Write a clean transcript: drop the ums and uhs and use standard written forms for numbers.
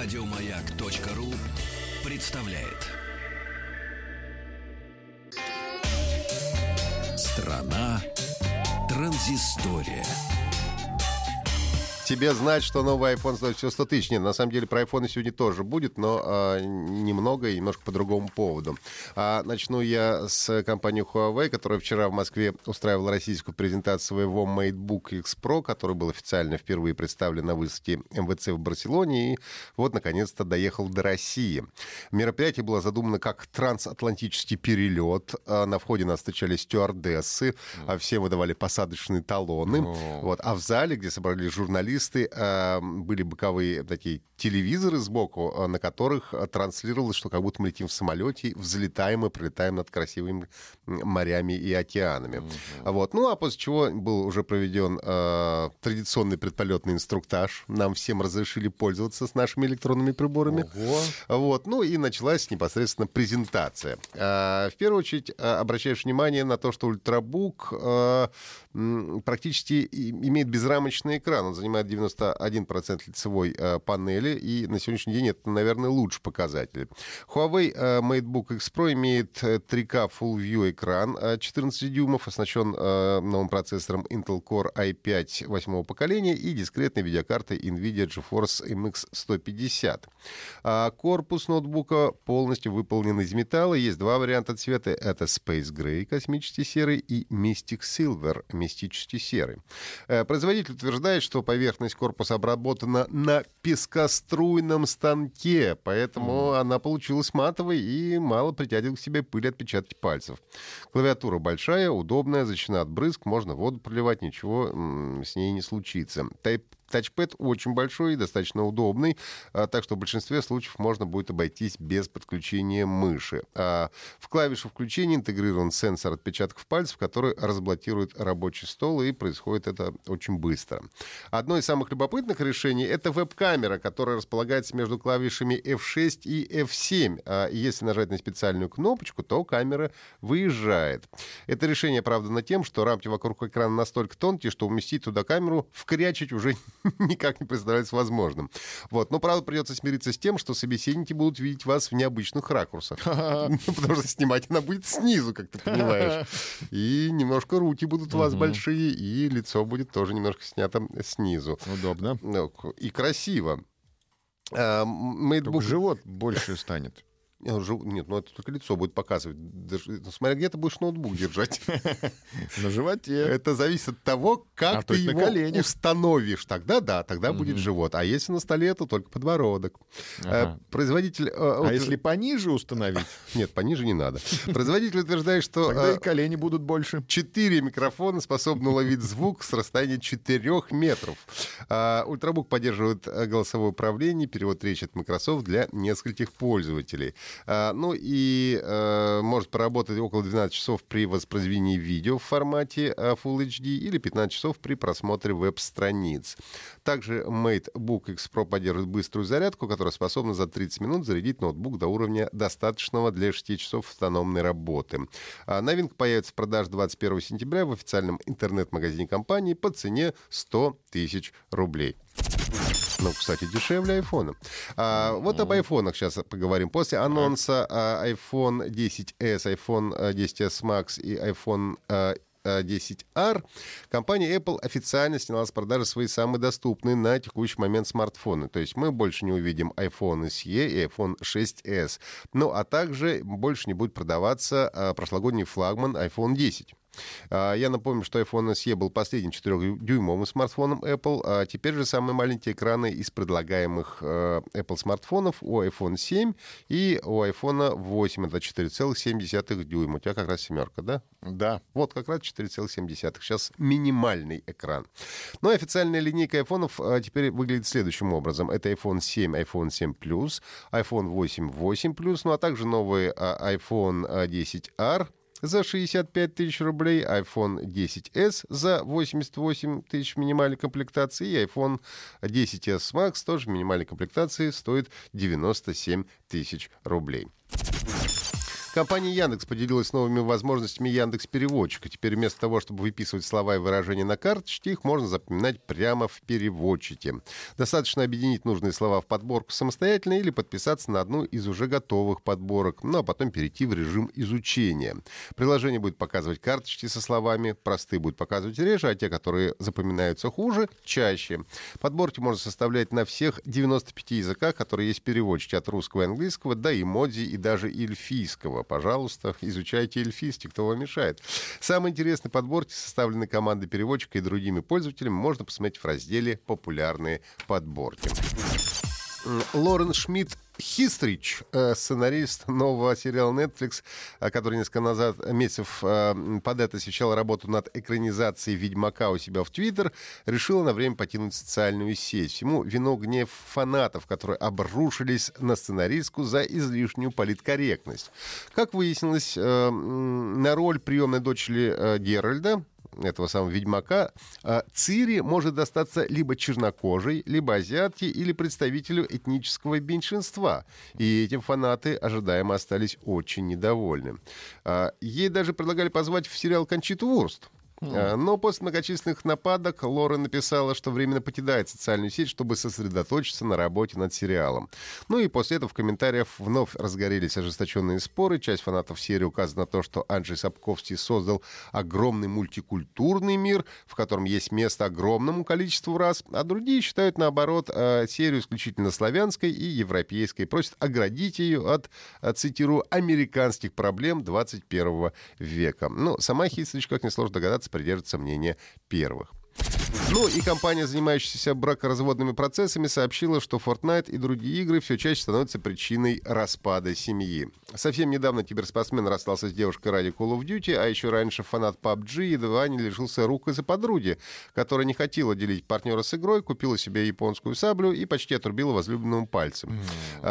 Радиомаяк.ру представляет. Страна транзистория. Тебе знать, что новый iPhone стоит всего 100 тысяч. Нет, на самом деле про iPhone сегодня тоже будет, но немного и немножко по другому поводу. Начну я с компании Huawei, которая вчера в Москве устраивала российскую презентацию своего MateBook X Pro, который был официально впервые представлен на выставке МВЦ в Барселоне и вот, наконец-то, доехал до России. Мероприятие было задумано как трансатлантический перелет. На входе нас встречали стюардессы, все выдавали посадочные талоны. Вот. А в зале, где собрались журналисты, были боковые такие телевизоры сбоку, на которых транслировалось, что как будто мы летим в самолете, взлетаем и пролетаем над красивыми морями и океанами. Вот. Ну, а после чего был уже проведен традиционный предполетный инструктаж. Нам всем разрешили пользоваться с нашими электронными приборами. Вот. Ну, и началась непосредственно презентация. В первую очередь, обращаешь внимание на то, что ультрабук практически имеет безрамочный экран. Он занимает 91% лицевой панели, и на сегодняшний день это, наверное, лучший показатель. Huawei MateBook X Pro имеет 3K Full View экран 14 дюймов, оснащен новым процессором Intel Core i5 8-го поколения и дискретной видеокартой NVIDIA GeForce MX 150. Корпус ноутбука полностью выполнен из металла. Есть два варианта цвета. Это Space Gray, космический серый, и Mystic Silver, мистический серый. Производитель утверждает, что поверхность корпуса обработана на пескоструйном станке, поэтому она получилась матовой и мало притягивает к себе пыль, отпечатки пальцев. Клавиатура большая, удобная, защищена от брызг, можно воду проливать, ничего с ней не случится. Тачпэд очень большой и достаточно удобный, так что в большинстве случаев можно будет обойтись без подключения мыши. В клавишу включения интегрирован сенсор отпечатков пальцев, который разблокирует рабочий стол, и происходит это очень быстро. Одно из самых любопытных решений — это веб-камера, которая располагается между клавишами F6 и F7. Если нажать на специальную кнопочку, то камера выезжает. Это решение оправдано тем, что рамки вокруг экрана настолько тонкие, что уместить туда камеру вкрячить уже никак не представляется возможным. Вот. Но, правда, придется смириться с тем, что собеседники будут видеть вас в необычных ракурсах. Потому что снимать она будет снизу, как ты понимаешь. И немножко руки будут у вас большие, и лицо будет тоже немножко снято снизу. Удобно. И красиво. Только живот больше станет. Нет, ну это только лицо будет показывать. Смотря где ты будешь ноутбук держать. На животе. Это зависит от того, как ты его установишь. Тогда да, тогда будет живот. А если на столе, то только подбородок. Производитель... А если пониже установить? Нет, пониже не надо. Производитель утверждает, что... Тогда и колени будут больше. 4 микрофона способны ловить звук с расстояния 4 метров. Ультрабук поддерживает голосовое управление, перевод речи от Microsoft для нескольких пользователей. Ну и может поработать около 12 часов при воспроизведении видео в формате Full HD или 15 часов при просмотре веб-страниц. Также MateBook X Pro поддерживает быструю зарядку, которая способна за 30 минут зарядить ноутбук до уровня достаточного для 6 часов автономной работы. Новинка появится в продаже 21 сентября в официальном интернет-магазине компании по цене 100 тысяч рублей. Ну, кстати, дешевле айфона. Вот об айфонах сейчас поговорим. После анонса iPhone 10s, iPhone 10s Max и iPhone 10R, компания Apple официально сняла с продажи свои самые доступные на текущий момент смартфоны. То есть мы больше не увидим iPhone SE и iPhone 6s. Ну, а также больше не будет продаваться прошлогодний флагман iPhone 10. Я напомню, что iPhone SE был последним 4-дюймовым смартфоном Apple, а теперь же самые маленькие экраны из предлагаемых Apple смартфонов у iPhone 7 и у iPhone 8. Это 4,7 дюйма. У тебя как раз семерка, да? Да. Вот как раз 4,7. Сейчас минимальный экран. Ну и официальная линейка айфонов теперь выглядит следующим образом. Это iPhone 7, iPhone 7 Plus, iPhone 8, 8 Plus, ну а также новый iPhone 10R за 65 тысяч рублей, iPhone 10s за 88 тысяч в минимальной комплектации и iPhone 10s Max тоже в минимальной комплектации стоит 97 тысяч рублей. Компания Яндекс поделилась новыми возможностями Яндекс.Переводчика. Теперь вместо того, чтобы выписывать слова и выражения на карточке, их можно запоминать прямо в переводчике. Достаточно объединить нужные слова в подборку самостоятельно или подписаться на одну из уже готовых подборок, ну а потом перейти в режим изучения. Приложение будет показывать карточки со словами, простые будет показывать реже, а те, которые запоминаются хуже, чаще. Подборки можно составлять на всех 95 языках, которые есть в переводчике, от русского и английского до эмодзи и даже эльфийского. Пожалуйста, изучайте эльфийский, кто вам мешает. Самые интересные подборки составлены командой переводчика и другими пользователями. Можно посмотреть в разделе «Популярные подборки». Лорен Шмидт Хистрич, сценарист нового сериала Netflix, который несколько месяцев подряд освещал работу над экранизацией «Ведьмака» у себя в Твиттер, решила на время покинуть социальную сеть. Всему виной гнев фанатов, которые обрушились на сценаристку за излишнюю политкорректность. Как выяснилось, на роль приемной дочери Геральда, этого самого Ведьмака, Цири может достаться либо чернокожей, либо азиатке или представителю этнического меньшинства. И этим фанаты ожидаемо остались очень недовольны. Ей даже предлагали позвать в сериал Кончиту Вурст. Но после многочисленных нападок Лорен написала, что временно покидает социальную сеть, чтобы сосредоточиться на работе над сериалом. Ну и после этого в комментариях вновь разгорелись ожесточенные споры. Часть фанатов серии указывает на то, что Анджей Сапковский создал огромный мультикультурный мир, в котором есть место огромному количеству рас, а другие считают, наоборот, серию исключительно славянской и европейской. Просят оградить ее от, цитирую, «американских проблем 21 века». Ну, сама Хистрич, как несложно догадаться, придерживается мнения первых. Ну и компания, занимающаяся бракоразводными процессами, сообщила, что Fortnite и другие игры все чаще становятся причиной распада семьи. Совсем недавно киберспортсмен расстался с девушкой ради Call of Duty, а еще раньше фанат PUBG едва не лишился рук из-за подруги, которая не хотела делить партнера с игрой, купила себе японскую саблю и почти отрубила возлюбленному пальцем.